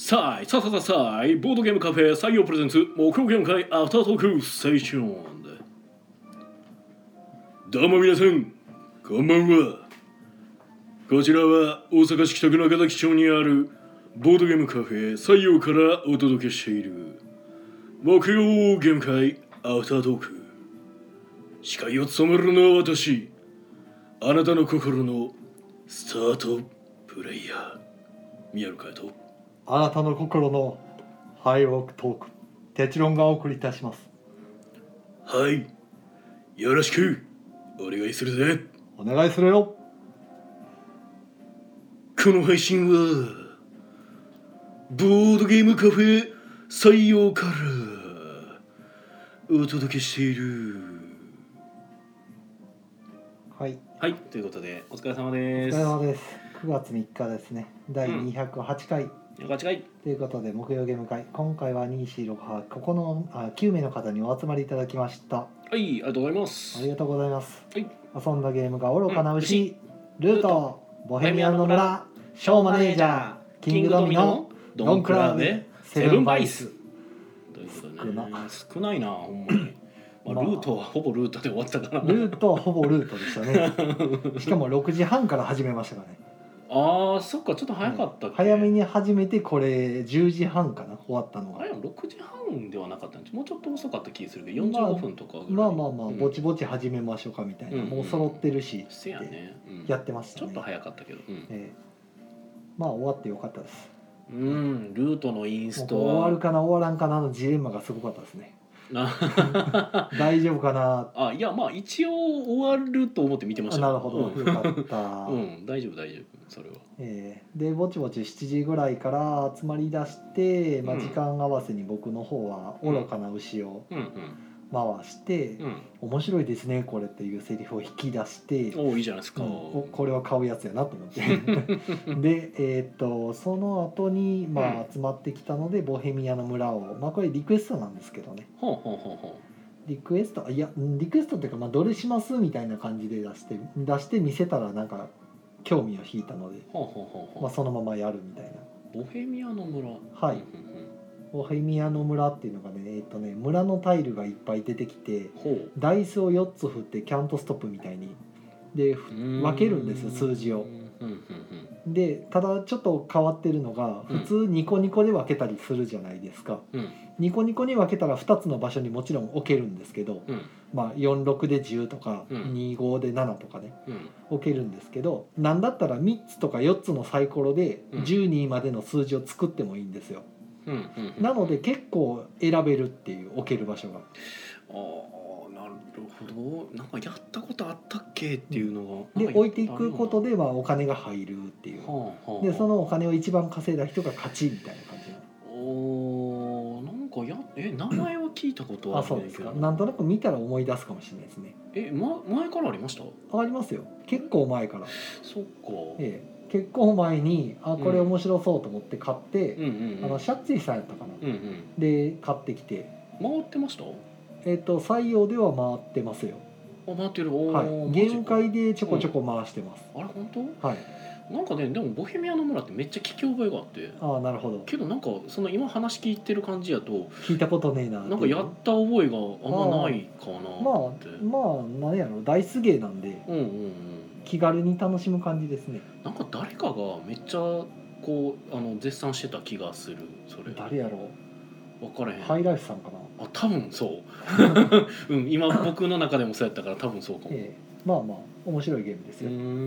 さあボードゲームカフェ採用プレゼンツ目標ゲーム会アフタートークステーション。どうも皆さんこんばんは。こちらは大阪市北区中崎町にあるボードゲームカフェ採用からお届けしている目標ゲーム会アフタートーク。司会を務めるのは私、あなたの心のスタートプレイヤー宮野海斗、 あなたの心のハイロックトーク、テチロンがお送りいたします。 はい、よろしくお願いするぜ。 お願いするよ。 この配信はボードゲームカフェ採用からお届けしている。 はいということでお疲れ様おです。 疲れ様です。9月3日ですね、第208回、ということで木曜ゲーム会、今回は9名の方にお集まりいただきました。 はい、ありがとうございます。 ありがとうございます。 はい、 遊んだゲームが愚かな牛、ルート、ボヘミアンの村、ショーマネージャー、キングドミノ、ドンクラーベ、セブンバイス。 ということでね、少ないなほんまに。ルートはほぼルートで終わったから。 ルートはほぼルートでしたね。しかも6時半から始めましたからね。 ああ、そっか、ちょっと早かったっけ、 早めに始めて、これ10時半かな、終わったのが。 あれ6時半ではなかったんです。もうちょっと遅かった気がするけど、45分とかぐらい。 まあ、ぼちぼち始めましょうかみたいな、もう揃ってるしせやね、 やってましたね。 ちょっと早かったけど、 まあ終わってよかったです。 ルートのインストは終わるかな終わらんかなのジレンマがすごかったですね。大丈夫かな。 あ、いや、まあ一応終わると思って見てました。 なるほど、よかった。 大丈夫それは。 でぼちぼち7時ぐらいから集まりだして、時間合わせに僕の方は愚かな牛を回して、面白いですねこれっていうセリフを引き出して、 お、いいじゃないですか、 これは買うやつやなと思ってで、その後に集まってきたので、ボヘミアの村を、これリクエストなんですけどね、リクエストっていうか、どれしますみたいな感じで出して見せたらなんか興味を引いたので、そのままやるみたいな。 ボヘミアの村、 はい、ボヘミアの村っていうのがね、村のタイルがいっぱい出てきて、ダイスを4つ振ってキャントストップみたいにで分けるんですよ、数字を。でただちょっと変わってるのが、普通ニコニコで分けたりするじゃないですか。ニコニコに分けたら2つの場所にもちろん置けるんですけど、46で10とか、25で7とかね、置けるんですけど、なんだったら3つとか4つのサイコロで12までの数字を作ってもいいんですよ。なので結構選べるっていう、置ける場所が。 なるほど。なんかやったことあったっけっていうのが、 で置いていくことでお金が入るっていう、でそのお金を一番稼いだ人が勝ちみたいな感じ。 なんか名前は聞いたことあるんだけど。 そうですか。なんとなく見たら思い出すかもしれないですね。 前からありました？ ありますよ、結構前から。 そっか。 結構前にこれ面白そうと思って買って、シャッツィさんやったかな、で買ってきて。 回ってました？ 採用では回ってますよ。 回ってる。 ゲーム会でちょこちょこ回してます。 あれ本当？ はい。 なんかね、でもボヘミアの村ってめっちゃ聞き覚えがあって。 なるほど。 けどなんかその今話聞いてる感じやと聞いたことねえな。 なんかやった覚えがあんまないかなって。 何やろ、ダイスゲーなんで、気軽に楽しむ感じですね。なんか誰かがめっちゃこう絶賛してた気がする。それ誰やろう。 分からへん。 ハイライフさんかな。 多分そう今僕の中でもそうやったから多分そうかも。 面白いゲームですよ。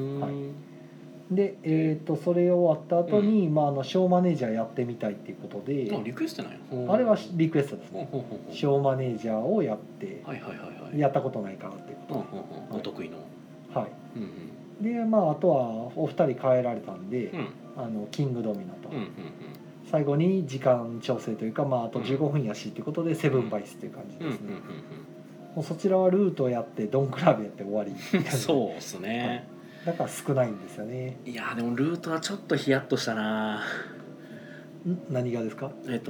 で、それ終わった後に、ショーマネージャーやってみたいっていうことで。 リクエストなんや。 あれはリクエストですね。ショーマネージャーをやって、やったことないからっていうことで、 お得意の。 であとはお二人変えられたんで、キングドミノと、最後に時間調整というか、あと15分やしっていうことでセブンバイスっていう感じですね。もうそちらはルートやってドンクラブやって終わりそうですね。 だから少ないんですよね。 いやでもルートはちょっとヒヤッとしたな。 何がですか？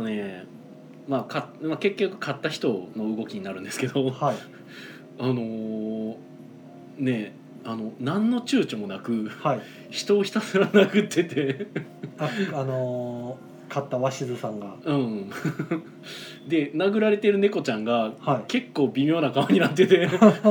結局買った人の動きになるんですけど、何の躊躇もなく、人をひたすら殴ってて買った鷲津さんが、 うんで殴られてる猫ちゃんがはい結構微妙な顔になってて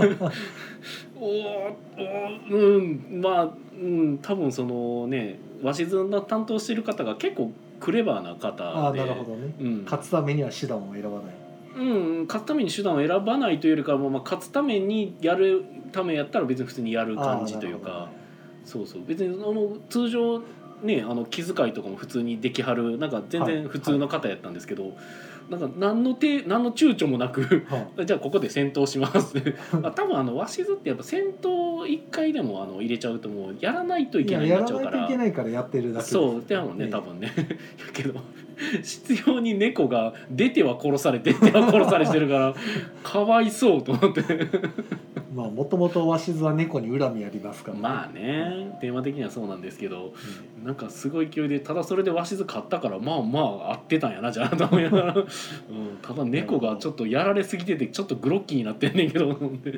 まあ、多分そのね鷲津の担当してる方が結構クレバーな方で、 なるほどね、 うん勝つためには手段を選ばない。 勝つために手段を選ばないというよりかは、まあ、勝つためにやるためやったら別に普通にやる感じというか、そうそう別に通常ね気遣いとかも普通にできはるなんか全然普通の方やったんですけど、なんか何の躊躇もなくじゃあここで戦闘します多分鷲津ってやっぱ戦闘1回でも入れちゃうともうやらないといけないになっちゃうから、 やらないといけないからやってるだけです、 そうでもね多分ねやけど必要に猫が出ては殺されて出ては殺されしてるからかわいそうと思ってまあもともと鷲津は猫に恨みありますから、ね、 まあねテーマ的にはそうなんですけど、なんかすごい勢いでただそれで鷲津買ったからまあまあ合ってたんやなじゃあと思いながら、ただ猫がちょっとやられすぎててちょっとグロッキーになってんねんけどなるほど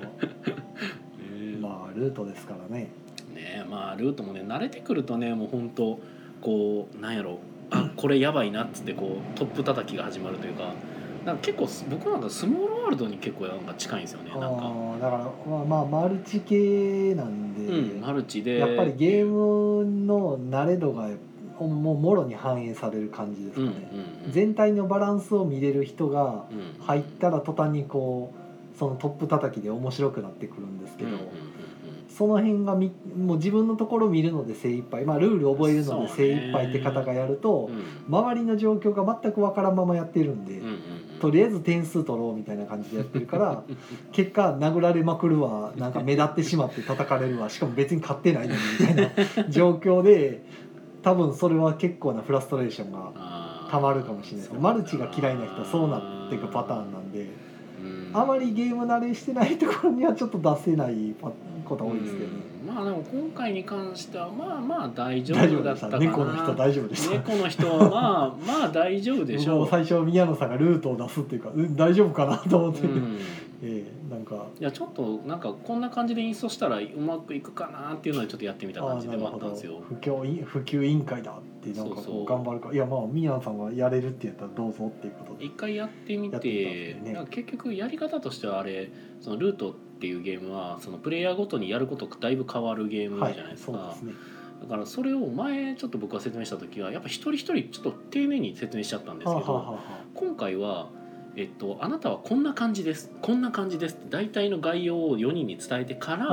まあルートですからね。 ねまあルートもね慣れてくるとねもう本当こうなんやろこれやばいなっつってこうトップ叩きが始まるというか。なんか結構僕なんかスモールワールドに結構なんか近いんですよね。なんかだからまあマルチ系なんで、 マルチでやっぱりゲームの慣れ度がもうもろに反映される感じですかね、全体のバランスを見れる人が入ったら途端にこうそのトップ叩きで面白くなってくるんですけど、その辺がもう自分のところ見るので精一杯、まあルール覚えるので精一杯って方がやると、周りの状況が全く分からんままやってるんで、とりあえず点数取ろうみたいな感じでやってるから結果殴られまくるわ、なんか目立ってしまって叩かれるわ、しかも別に勝ってないのにみたいな状況で多分それは結構なフラストレーションがたまるかもしれないですね。マルチが嫌いな人はそうなっていくパターンなんで、あまりゲーム慣れしてないところにはちょっと出せないことが多いですけどね。 まあでも今回に関してはまあまあ大丈夫だったかな。 猫の人大丈夫でした。 猫の人はまあ大丈夫でしょう。 最初宮野さんがルートを出すっていうか、大丈夫かなと思って、なんかいやちょっとなんかこんな感じでインストしたらうまくいくかなっていうのでちょっとやってみた感じでもあったんですよ。 普及委員会だってなんかこう頑張るか、いやまあ宮野さんがやれるって言ったらどうぞっていうことで一回やってみて、なんか結局やり方としてはあれそのルートっていうゲームはそのプレイヤーごとにやることがだいぶ変わるゲームじゃないですか、 そうですね。 だからそれを前ちょっと僕が説明した時はやっぱ一人一人ちょっと丁寧に説明しちゃったんですけど、今回はあなたはこんな感じですこんな感じですって大体の概要を4人に伝えてから、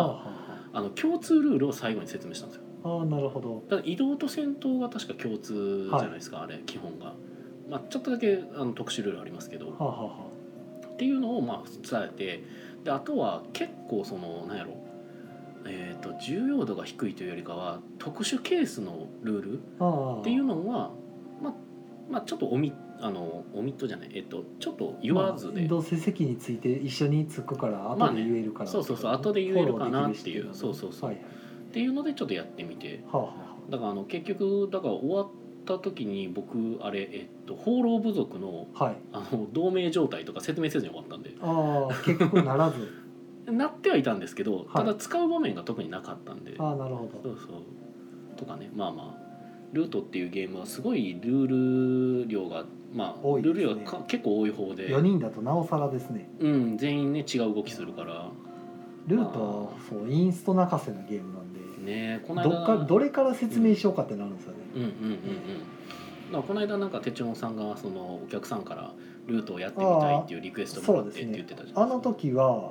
共通ルールを最後に説明したんですよ。 なるほど。 だから移動と戦闘が確か共通じゃないですか、あれ基本が、まあ、ちょっとだけ特殊ルールありますけど、っていうのをまあ伝えて、であとは結構そのなんやろ重要度が低いというよりかは特殊ケースのルールっていうのはまあちょっとオミットじゃないちょっと言わずで、 どうせ席について一緒につくから後で言えるから、 そう後で言えるかなっていうそう、っていうのでちょっとやってみて、だから結局だから終わった時に僕あれ放浪部族の、同盟状態とか説明せずに終わったんで、 結局ならずなってはいたんですけど、ただ使う場面が特になかったんで、 なるほど。 そうとかね、まあルートっていうゲームはすごいルール量がルール量が結構多い方で、 4人だとなおさらですね。 全員ね違う動きするから、 ルートはそうインスト泣かせなゲームなんでね、この間どれから説明しようかってなるんですよね。 この間なんか哲郎さんがそのお客さんからルートをやってみたいっていうリクエストもらってって言ってたじゃないですか。 あの時は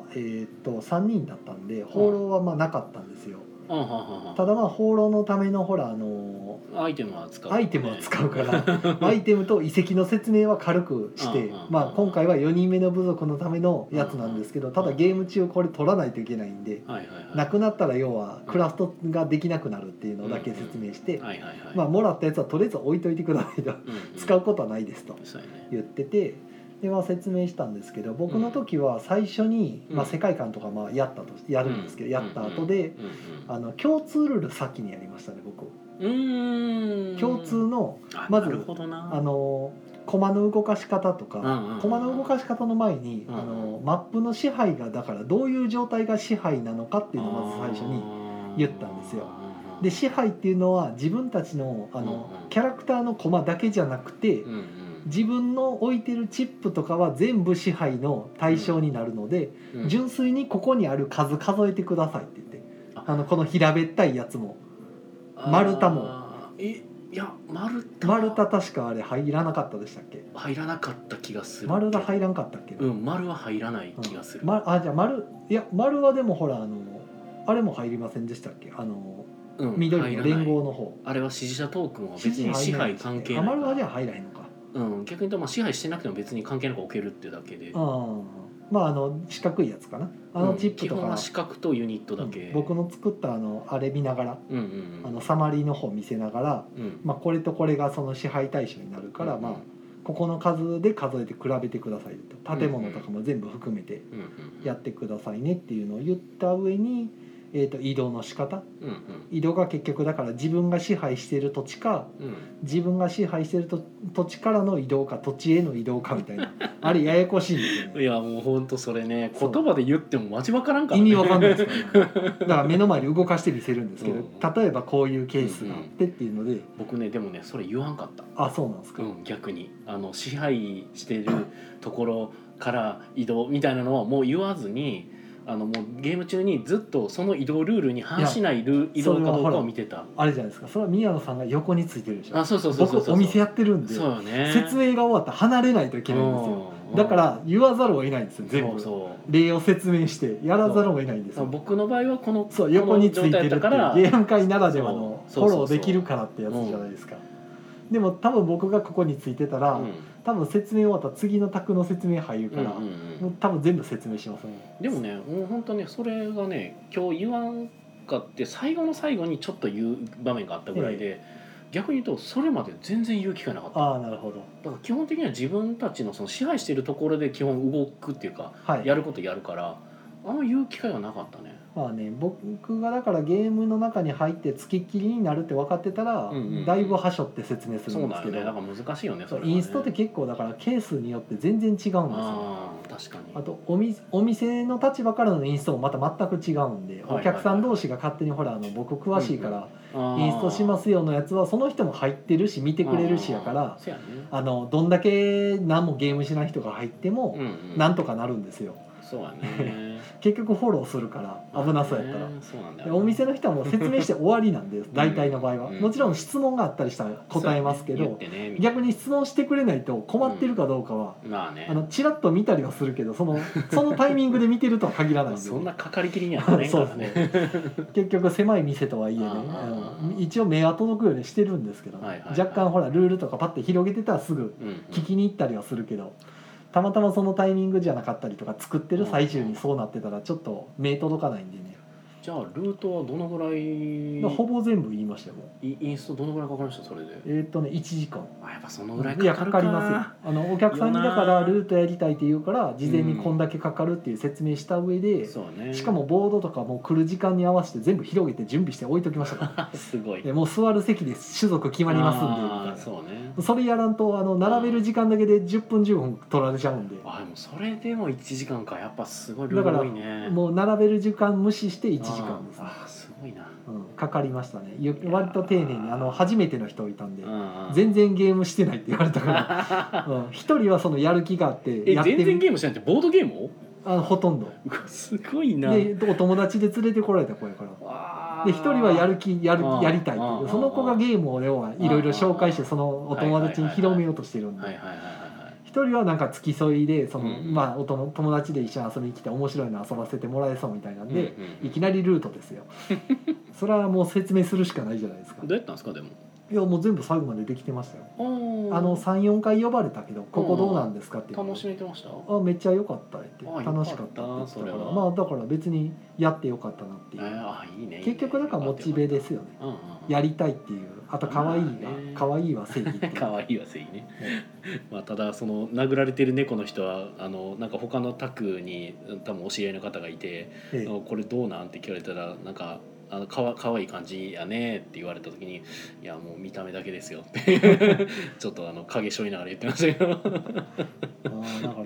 3人だったんで放浪はまあなかったんですよ。ただまあ放浪のためのほらアイテムは使うからアイテムと遺跡の説明は軽くしてまあ今回は4人目の部族のためのやつなんですけど、ただゲーム中これ取らないといけないんで、なくなったら要はクラフトができなくなるっていうのだけ説明して、まあもらったやつはとりあえず置いといてくださいと使うことはないですと言ってて、で説明したんですけど、僕の時は最初に世界観とかやるんですけど、やった後で共通ルール先にやりましたね僕。共通のまず駒の動かし方とか、駒の動かし方の前にマップの支配がだからどういう状態が支配なのかっていうのをまず最初に言ったんですよ。 で支配っていうのは自分たちのキャラクターのコマだけじゃなくて、自分の置いてるチップとかは全部支配の対象になるので、純粋にここにある数数えてくださいって言って、この平べったいやつも丸太も、 いや丸太確かあれ入らなかったでしたっけ？ 入らなかった気がする。 丸太入らんかったっけ？ 丸は入らない気がする。 じゃあ丸はでもほらあれも入りませんでしたっけ？緑の連合の方。 あれは支持者トークンは別に支配関係ない。 丸はじゃあ入らへんのか。 逆に言うと支配してなくても別に関係なく置けるっていうだけで。 四角いやつかな。チップとか。 基本は四角とユニットだけ。 僕の作ったあれ見ながら、サマリーの方見せながら、これとこれがその支配対象になるから、ここの数で数えて比べてくださいと、建物とかも全部含めてやってくださいねっていうのを言った上に、移動の仕方、移動が結局だから自分が支配している土地か、自分が支配している土地からの移動か土地への移動かみたいなあれややこしいんですよね。 いやもうほんとそれね、言葉で言ってもマジ分からんから、 意味わかんないですからね。だから目の前で動かして見せるんですけど、例えばこういうケースがあってっていうので、 僕ねでもねそれ言わんかった。 あ、そうなんですか。 逆に支配してるところから移動みたいなのはもう言わずに、もうゲーム中にずっとその移動ルールに反しない移動かどうかを見てた。 あれじゃないですか、それは宮野さんが横についてるでしょ。 そう僕お店やってるんで、 そうよね、 説明が終わったら離れないといけないんですよ。だから言わざるを得ないんですよ。全部例を説明してやらざるを得ないんですよ。 僕の場合はこの横についてるってゲーム界ならではのフォローできるからってやつじゃないですか。でも多分僕がここについてたら、多分説明終わったら次の卓の説明入るから、もう多分全部説明しますね。 でもねもう本当ねそれがね今日言わんかって最後の最後にちょっと言う場面があったぐらいで、逆に言うとそれまで全然言う機会なかった。 ああ、なるほど。 だから基本的には自分たちのその支配しているところで基本動くっていうか、やることやるからあんま言う機会はなかったね。 まあね、僕がだからゲームの中に入って付きっきりになるって分かってたら、だいぶはしょって説明するんですけど、そうだよね、だから難しいよねそれはね。インストって結構だからケースによって全然違うんですよ。 確かに。 あとお店の立場からのインストもまた全く違うんで、お客さん同士が勝手にほら僕詳しいからインストしますよのやつはその人も入ってるし見てくれるしやから、どんだけ何もゲームしない人が入ってもなんとかなるんですよ。そうやね結局フォローするから危なそうやったら、そうなんだよね、お店の人はもう説明して終わりなんで大体の場合は、もちろん質問があったりしたら答えますけど、逆に質問してくれないと困ってるかどうかは、チラッと見たりはするけどそのタイミングで見てるとは限らないんでそんなかかりきりにはなれんからね結局狭い店とはいえね、一応目は届くようにしてるんですけど、若干ほらルールとかパッて広げてたらすぐ聞きに行ったりはするけど、たまたまそのタイミングじゃなかったりとか作ってる最中にそうなってたらちょっと目届かないんでね。じゃあルートはどのぐらい？ほぼ全部言いましたよ。インストどのぐらいかかりましたそれで？1時間。やっぱそのぐらいかかるか。いやかかりますよ。お客さんにだからルートやりたいって言うから事前にこんだけかかるっていう説明した上で、しかもボードとかも来る時間に合わせて全部広げて準備して置いときましたから。すごい。もう座る席で種族決まりますんでみたいな。そうね。それやらんと並べる時間だけで10分15分取られちゃうんで。でもそれでも1時間か、やっぱすごいルール多いね。だからもう並べる時間無視して1時間ですね。すごいな。かかりましたね。割と丁寧に初めての人いたんで、全然ゲームしてないって言われたから一人はそのやる気があってやって全然ゲームしてないってボードゲームをほとんどすごいな。でお友達で連れてこられた子やから。で一人はやりたいっていう、その子がゲームを要はいろいろ紹介してそのお友達に広めようとしてるんで、一人はなんか付き添いで友達で一緒に遊びに来て面白いの遊ばせてもらえそうみたいなんで、いきなりルートですよそれはもう説明するしかないじゃないですか。どうやったんですかでも。いやもう全部最後までできてましたよ。3,4 回呼ばれたけどここどうなんですかって楽しめてました。めっちゃ良かったって楽しかったって言ってたから、だから別にやってよかったなっていう。いいね。結局だからモチベですよね。やりたいっていう、あと可愛いは正義っていう。可愛いは正義ね。ただその殴られてる猫の人はなんか他のタクに多分お知り合いの方がいて、これどうなんって聞かれたらなんか。かわいい感じやねって言われた時にいやもう見た目だけですよってちょっと影しょいながら言ってましたけどだからイン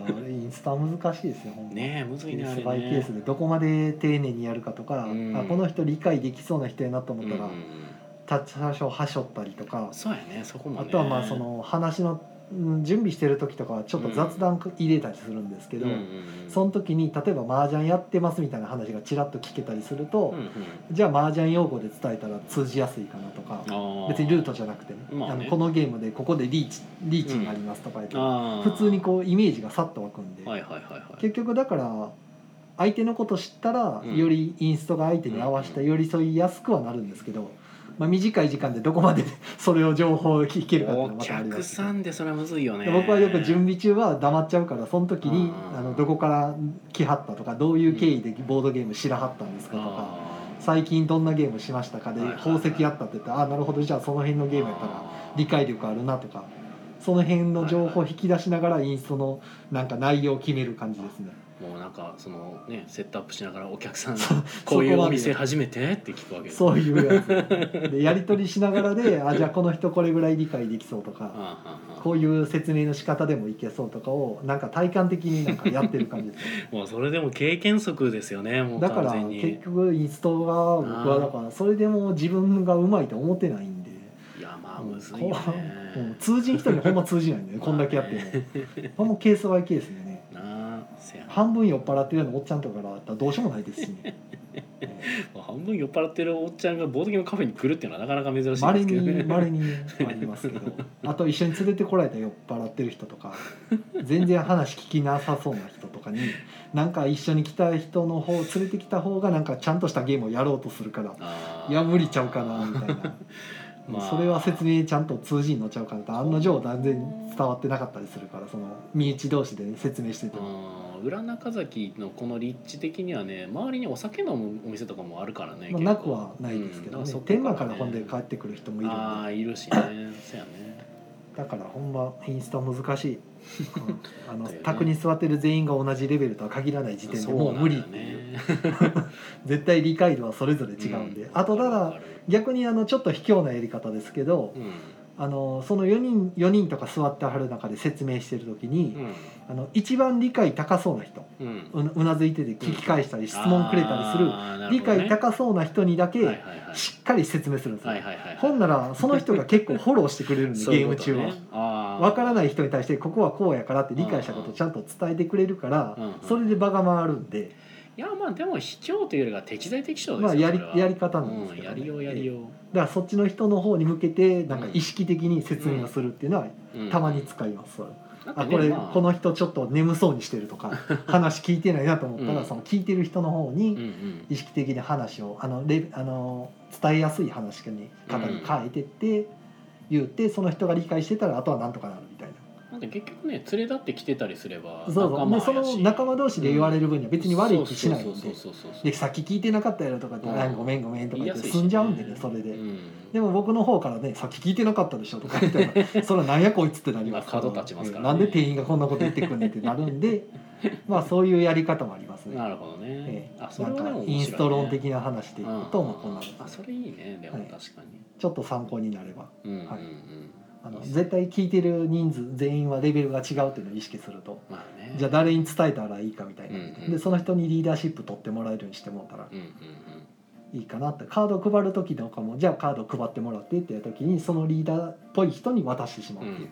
ンスタは難しいですよほんまねえむずいねあれね。 ケースバイケースでどこまで丁寧にやるかとか、この人理解できそうな人やなと思ったら、多少はしょったりとか、 そうやねそこもね。 あとはまあその話の準備してる時とかはちょっと雑談入れたりするんですけど、その時に例えば麻雀やってますみたいな話がちらっと聞けたりすると、じゃあ麻雀用語で伝えたら通じやすいかなとか、別にルートじゃなくてね、このゲームでここでリーチになりますとか言って普通にこうイメージがさっと湧くんで、結局だから相手のこと知ったらよりインストが相手に合わせた寄り添いやすくはなるんですけど、短い時間でどこまでそれを情報を聞けるかっていうのはまたあります。お客さんでそれはむずいよね。 僕はよく準備中は黙っちゃうから、その時にどこから来はったとか、どういう経緯でボードゲーム知らはったんですかとか、最近どんなゲームしましたかで宝石あったって言ったら、なるほどじゃあその辺のゲームやったら理解力あるなとか、その辺の情報を引き出しながらインストのなんか内容を決める感じですね。 もうなんかそのねセットアップしながらお客さんこういうお店初めてって聞くわけです。 そういうやつでやり取りしながらでじゃあこの人これぐらい理解できそうとかこういう説明の仕方でもいけそうとかをなんか体感的になんかやってる感じですねもうそれでも経験則ですよね。もうだから結局インストが僕はだからそれでも自分がうまいと思ってないんで、 いやまあむずいよね。 通じん人にほんま通じないんで、ね、こんだけやってもほんまケースバイケースでね、半分酔っ払ってるようなおっちゃんとかだったらどうしようもないですしね半分酔っ払ってるおっちゃんがボードゲームカフェに来るっていうのはなかなか珍しいですけどね。 稀にありますけどあと一緒に連れてこられた酔っ払ってる人とか全然話聞きなさそうな人とかになんか一緒に来た人の方連れてきた方がなんかちゃんとしたゲームをやろうとするからいや無理ちゃうかなみたいなそれは説明ちゃんと通じんのちゃうかなと案の定断然伝わってなかったりするから、その身内同士で、ね、説明してても裏中崎のこの立地的にはね周りにお酒飲むお店とかもあるからね、 なくはないですけどね、天満から本で帰ってくる人もいるんでいるしねそうやね。 だからほんまインスタ難しい、卓に座ってる全員が同じレベルとは限らない時点でもう無理っていう絶対理解度はそれぞれ違うんで、あとただ逆にちょっと卑怯なやり方ですけど、その4人とか座ってはる中で説明してる時に、一番理解高そうな人、うなずいてて聞き返したり質問くれたりする理解高そうな人にだけしっかり説明するんですよ。ほんならその人が結構フォローしてくれるんでゲーム中は分からない人に対してここはこうやからって理解したことをちゃんと伝えてくれるからそれで場が回るんで。 いやまあでも卑怯というよりは適材適所ですよ。 やり方なんですけど、 やりようやりよう。 だからそっちの人の方に向けてなんか意識的に説明をするっていうのはたまに使います。この人ちょっと眠そうにしてるとか話聞いてないなと思ったら、その聞いてる人の方に意識的に話を伝えやすい話し方に変えてって言ってその人が理解してたらあとはなんとかなるみたいな。 結局ね連れ立ってきてたりすればそうでその仲間同士で言われる分には別に悪い気しないんで、でさっき聞いてなかったやろとかってごめんごめんとか言って済んじゃうんでね、それで、でも僕の方からねさっき聞いてなかったでしょとか言ったらそれはなんやこいつってなりますから、 角立ちますから、 なんで店員がこんなこと言ってくんねんってなるんでまあそういうやり方もありますね。 なるほどね。 なんかインスト論的な話でいくとこんなの、 それいいね。でも確かにちょっと参考になれば、絶対聞いてる人数全員はレベルが違うっていうのを意識すると、じゃあ誰に伝えたらいいかみたいな、でその人にリーダーシップ取ってもらえるようにしてもらったらいいかなって。カードを配る時とかもじゃあカードを配ってもらってっていう時にそのリーダーっぽい人に渡してしまうっていう、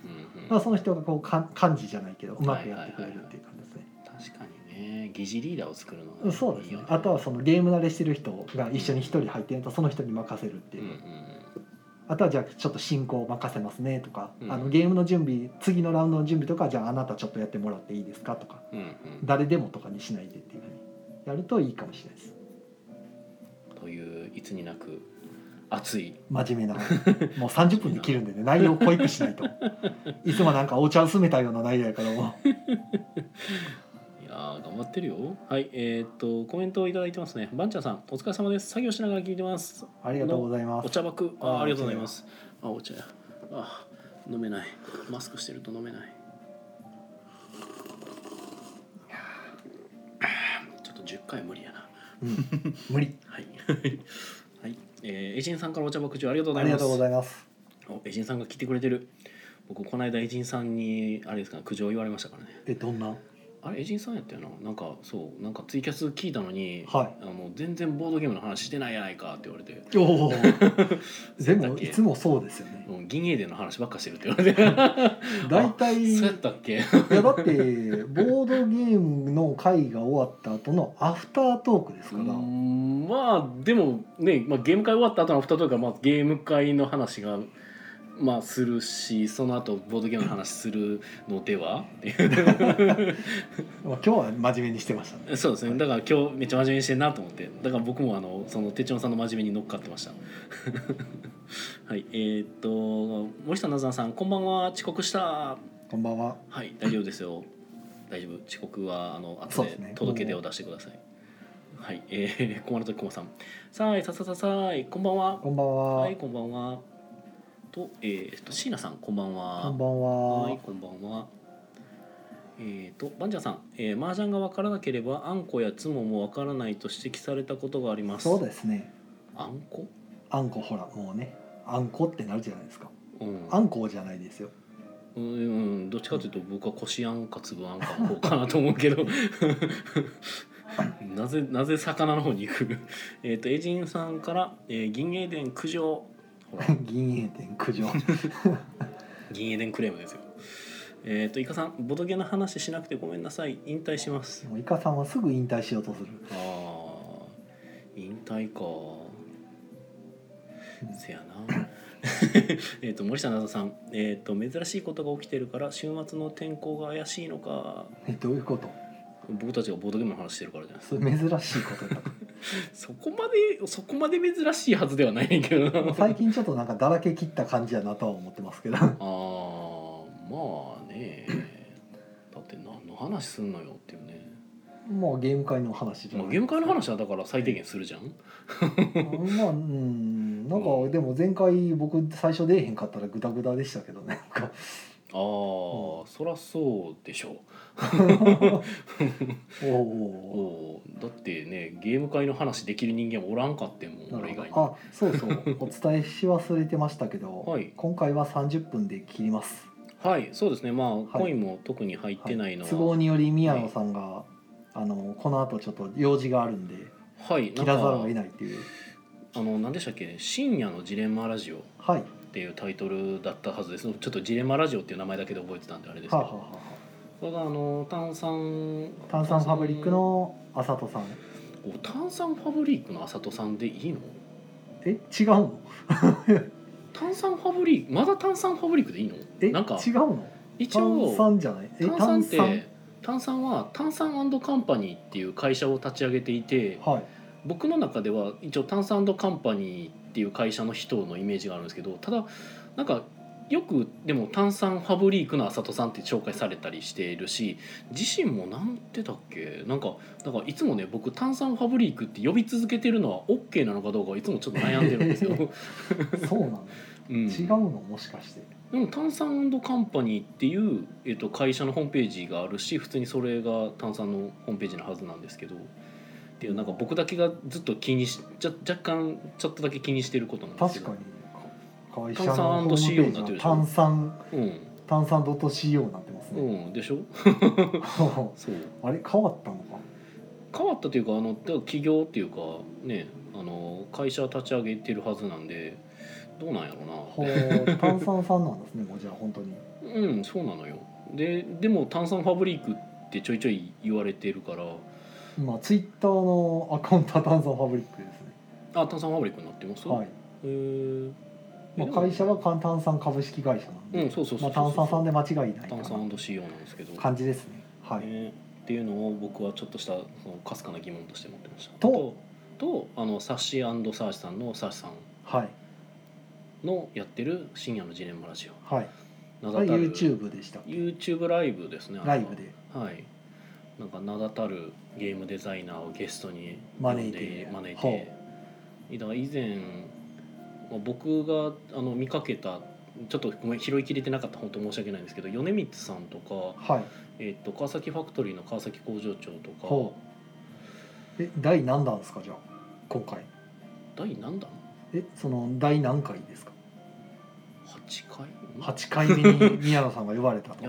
その人がこう幹事じゃないけどうまくやってくれるっていう感じですね。 確かにね、疑似リーダーを作るのはそうですね。あとはそのゲーム慣れしてる人が一緒に一人入ってるとその人に任せるっていう、あとはじゃあちょっと進行を任せますねとか、ゲームの準備次のラウンドの準備とかじゃああなたちょっとやってもらっていいですかとか、誰でもとかにしないでっていうふうにやるといいかもしれないです。 といういつになく熱い真面目なもう30分で切るんでね内容を濃いくしないといつもなんかお茶薄めたような内容やからもう頑張ってるよ。はい、コメントをいただいてますね。バンチャーさんお疲れ様です。作業しながら聞いてます。 ありがとうございます。 お茶爆ありがとうございます。お茶や飲めない、マスクしてると飲めない。ちょっと10回無理やな、 無理はいはい、エジンさんからお茶爆中ありがとうございます。 ありがとうございます。 エジンさんが来てくれてる。僕この間エジンさんにあれですか苦情言われましたからね。 どんなあれエジンさんやったよな。なんかそうなんかツイキャス聞いたのに、 は全然ボードゲームの話してないやないかって言われて、 い。おお。でそうやったっけもいつもそうですよね。 銀英伝の話ばっかしてるって言われて大体そうやったっけいやだってボードゲームの会が終わった後のアフタートークですから。 まあでもね、まあ、ゲーム会終わった後の2というか、まあ、ゲーム会の話がまあするし、その後ボードゲームの話するのではっていうまあ今日は真面目にしてましたね。 そうですね。だから今日めっちゃ真面目にしてんなと思って、だから僕もその手帳さんの真面目に乗っかってましたはい森下なずなさんこんばんは。遅刻した。 こんばんは。 はい大丈夫ですよ。大丈夫。遅刻は後でそうですね届け出を出してください。はい、困るときこまさん。さいささささい、こんばんは。 こんばんは。 はい、こんばんは。椎名さん、こんばんは。 こんばんは。 はい、こんばんは。バンジャーさん、麻雀が分からなければあんこやつもも分からないと指摘されたことがあります。 そうですね。 あんこ？ あんこほらもうね、あんこってなるじゃないですか。 うん。 あんこじゃないですよ。 どっちかというと僕はこしあんかつぶあんかの方かなと思うけどなぜ魚の方に行くエジンさんから、銀英伝苦情。ほら銀英伝苦情。 銀英伝クレームですよ。イカさん、ボドゲの話しなくてごめんなさい。引退します。 もうイカさんはすぐ引退しようとする。 ああ、引退か。せやな。森下なぞさん、珍しいことが起きてるから週末の天候が怪しいのか。 どういうこと？ 僕たちがボードゲームの話してるからじゃないですか。 それ珍しいことだ。 そこまで珍しいはずではないねんけどな。 最近ちょっとなんかだらけ切った感じやなとは思ってますけど。 ああ、まあね。だって何の話すんのよっていうね。 もうゲーム会の話じゃない。 ゲーム会の話はだから最低限するじゃん。 まあなんかでも前回僕最初出えへんかったらグダグダでしたけどね。なんかそらそうでしょおう。だってねゲーム会の話できる人間おらんかってんもん俺以外に。 あ、そうそうお伝えし忘れてましたけど、 はい今回は30分で切ります。 はいそうですね。まあ、 いコインも特に入ってないのは、 都合により宮野さんが、この後ちょっと用事があるんではい切らざるを得ないっていう。 何でしたっけ、深夜のジレンマラジオっはい。 ていうタイトルだったはずです。ちょっとジレンマラジオっていう名前だけで覚えてたんであれですけど、 はあ、はあはこれが炭酸あ、炭酸ファブリックのあさとさん。 炭酸ファブリックのあさとさんでいいの？ 違うの？ 炭酸ファブリックまだ炭酸ファブリックでいいの？なんか違うの？ 一応炭酸じゃない？ 炭酸って炭酸は炭酸&カンパニーっていう会社を立ち上げていて、 はい。 僕の中では一応炭酸&カンパニーっていう会社の人のイメージがあるんですけど、ただなんかよくでも炭酸ファブリークのあさとさんって紹介されたりしているし、自身もなんてだっけ、なんかだからいつもね僕炭酸ファブリークって呼び続けてるのは OK なのかどうかいつもちょっと悩んでるんですよそうなの？違うの？もしかして。 でも炭酸カンパニーっていう、会社のホームページがあるし、普通にそれが炭酸のホームページのはずなんですけど、っていうなんか僕だけがずっと気にし若干ちょっとだけ気にしてることなんですけど。 確かに会社のホームページは炭酸炭酸.co になってますね。 でしょそうあれ変わったのか。 変わったというか企業っていうかね会社立ち上げてるはずなんでどうなんやろうな。 炭酸さんなんですね。もうじゃあ本当に。 そうなのよ。でも炭酸ファブリックってちょいちょい言われてるから。 まあツイッターのアカウントは炭酸ファブリックですね。 炭酸ファブリックになってます。 はい。まあ会社は炭酸株式会社なんで。 そう。 まあ炭酸さんで間違いないかな。 炭酸&COなんですけど。 感じですね。はい。 っていうのを僕はちょっとしたそのかすかな疑問として持ってました。 とサッシ&サーシさんのサーシさん。 はい。 のやってる深夜のジレンマラジオ。 はい。YouTube でした。 YouTube ライブですね。 ライブで。 はい。なんか名だたるゲームデザイナーをゲストに招いて。 だから以前僕が見かけたちょっとごめん拾いきれてなかった本当申し訳ないんですけど米光さんとか、 はい。 川崎ファクトリーの川崎工場長とか。 第何弾ですかじゃあ今回。 第何弾？ その第何回ですか？ 8回 8回目に宮野さんが呼ばれたと。 やったっ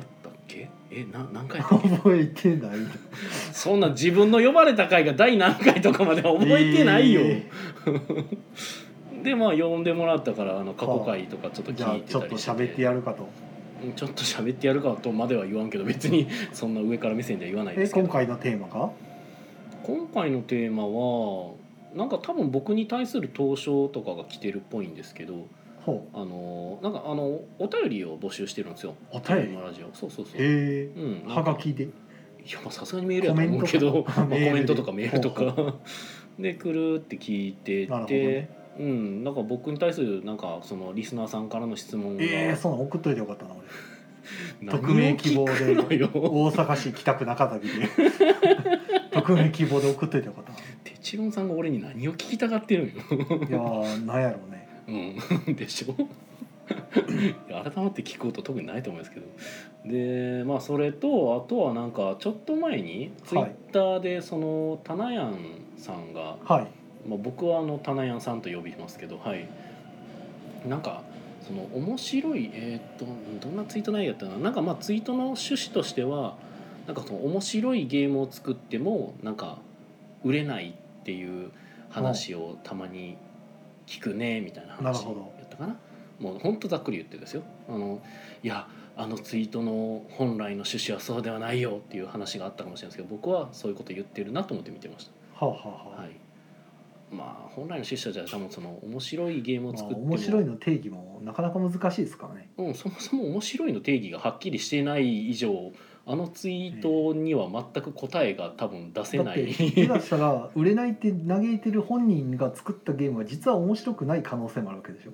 け？何回やったっけ？ 覚えてない。 そんな自分の呼ばれた回が第何回とかまでは覚えてないよ、でまあ呼んでもらったから過去回とかちょっとじゃあ聞いてちょっとたりしてて、 喋ってやるかと。 ちょっと喋ってやるかとまでは言わんけど、別にそんな上から目線では言わないですけど。 今回のテーマが今回のテーマはなんか多分僕に対する投書とかが来てるっぽいんですけど、 ほなんかお便りを募集してるんですよ。 お便りテーマラジオ。そうそうそう。 へえ、 うん、 はがきで。 いやまあさすがにメールやと思うけど、 コメントとかまあコメントとかメールとかで来るって聞いてなるほどて、 ね。 なんか僕に対するなんかそのリスナーさんからの質問が、 そんなん送っといてよかったな俺。 何を匿名希望で聞くのよ大阪市北区中崎で匿名希望で送っといてよかったな。 テチロンさんが俺に何を聞きたがってるんよ。 いやーなんやろうね。 でしょ。いや改まって聞くこと特にないと思うんですけど、でまあそれとあとはなんかちょっと前にツイッターでそのタナヤンさんが、 はいまあ、僕はタナヤンさんと呼びますけど、はい、なんかその面白いどんなツイート内容だったかな。なんかまあツイートの趣旨としてはなんかその面白いゲームを作ってもなんか売れないっていう話をたまに聞くねみたいな話やったかな。もうほんとざっくり言ってですよ。いやツイートの本来の趣旨はそうではないよっていう話があったかもしれないですけど、僕はそういうこと言ってるなと思って見てました。 はあはあはあ。 はい。まあ本来の趣旨はじゃあ多分その面白いゲームを作っても、 面白いの定義もなかなか難しいですからね。 そもそも面白いの定義がはっきりしていない以上、ツイートには全く答えが多分出せだってない。 手出したら売れないって嘆いてる本人が作ったゲームは実は面白くない可能性もあるわけでしょ。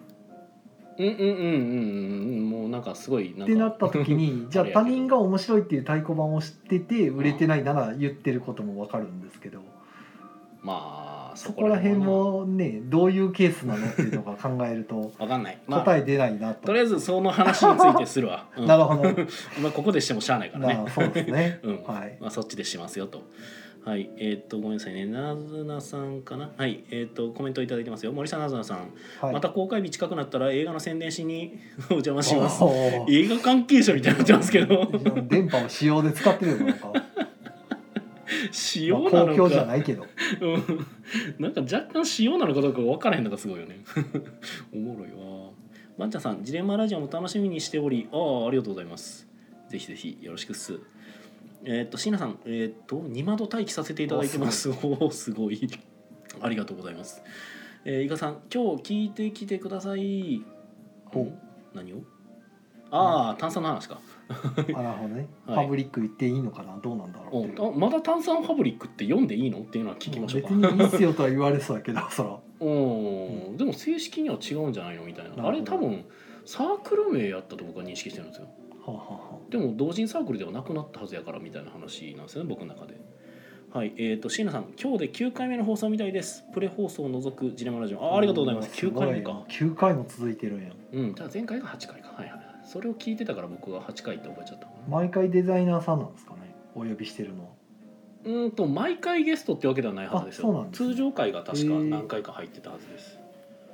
もうなんかすごいなんかってなった時にじゃあ他人が面白いっていう太鼓判を知ってて売れてないなら言ってることも分かるんですけど、 まあそこら辺もねどういうケースなのっていうのが考えると分かんない、 答え出ないなと。 とりあえずその話についてするわ、 なるほど。 まあここでしてもしゃあないからね。 そうですね。 はい。まあそっちでしますよと。はい、ごめんなさいね、なずなさんかな。はい、コメントいただいてますよ。森さん、なずなさん、また公開日近くなったら映画の宣伝しにお邪魔します。映画関係者みたいになってますけど。 電波を使用で使ってるのか。 使用なのか。 公共じゃないけど。 なんか若干使用なのかどうか分からへんのがすごいよね。おもろいわ。バンチャさん、ジレンマラジオも楽しみにしており、ありがとうございます。ぜひぜひよろしくっす。椎名さん、2窓待機させていただいてます。すごい。ありがとうございます。伊賀さん、今日聞いてきてください。何を？炭酸の話か。 なるほどね。ファブリック言っていいのかな、どうなんだろう。 まだ炭酸ファブリックって読んでいいのっていうのは聞きましょうか。 別にいいっすよとは言われそうやけど、そら。 でも正式には違うんじゃないのみたいな。あれ多分サークル名やったと僕は認識してるんですよ。でも同人サークルではなくなったはずやからみたいな話なんですよね、僕の中で。はい、椎名さん、今日で9回目の放送みたいです。プレ放送を除くジレンマラジオ。ありがとうございます。9回目か。 9回も続いてるんや。 ただ前回が8回か。はいはい。それを聞いてたから僕は8回って覚えちゃった。 毎回デザイナーさんなんですかね、お呼びしてるのは。 毎回ゲストってわけではないはずですよ。 そうなんですね。 通常回が確か何回か入ってたはずです。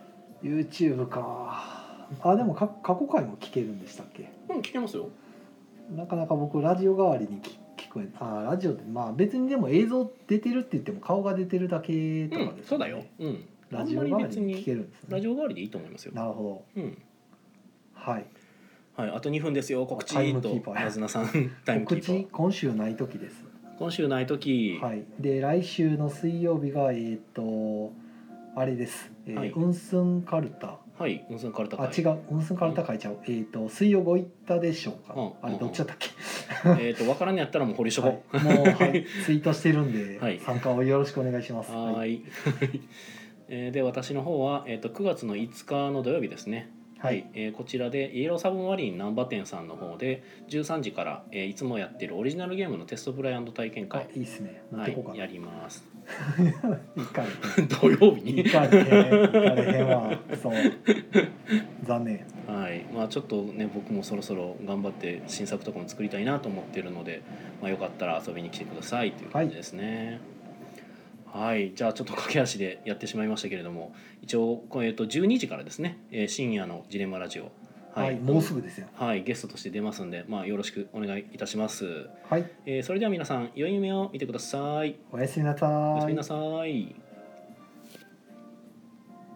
YouTube か。でも過去回も聞けるんでしたっけ？ 聞けますよ。 なかなか僕ラジオ代わりに聞こえラジオって別にでも映像出てるって言っても顔が出てるだけとかですね。 そうだよ。 ラジオ代わりに聞けるんですね。 ラジオ代わりでいいと思いますよ。 なるほど。はい。 はい、あと2分ですよ。告知となずなさんタイムキーパー。 告知今週ない時です。 今週ない時。 はい。で来週の水曜日があれです。ウンスンカルタ。 はい、ウンスンカルタ会。 違う、ウンスンカルタ会ちゃう。水曜ご行ったでしょうか。あれどっちだったっけ？ 分からんやったらもう掘りしょこ。 もうツイートしてるんで参加をよろしくお願いします。 はい。で私の方は9月の5日の土曜日ですね。はい、こちらでイエローサブマリン難波店さんの方で13時から、いつもやってるオリジナルゲームのテストプレイ&体験会。 いいですね。 やります。 土曜日に。 行かれへんわ。そう。残念。 はい。ちょっとね僕もそろそろ頑張って新作とかも作りたいなと思ってるので、よかったら遊びに来てくださいという感じですね。はい、じゃあちょっと駆け足でやってしまいましたけれども、一応12時からですね、深夜のジレンマラジオはい、もうすぐですよ。 はい、ゲストとして出ますんで、まあ、よろしくお願いいたします。 はい、 それでは皆さん良い夢を見てください。 おやすみなさい。 おやすみなさい。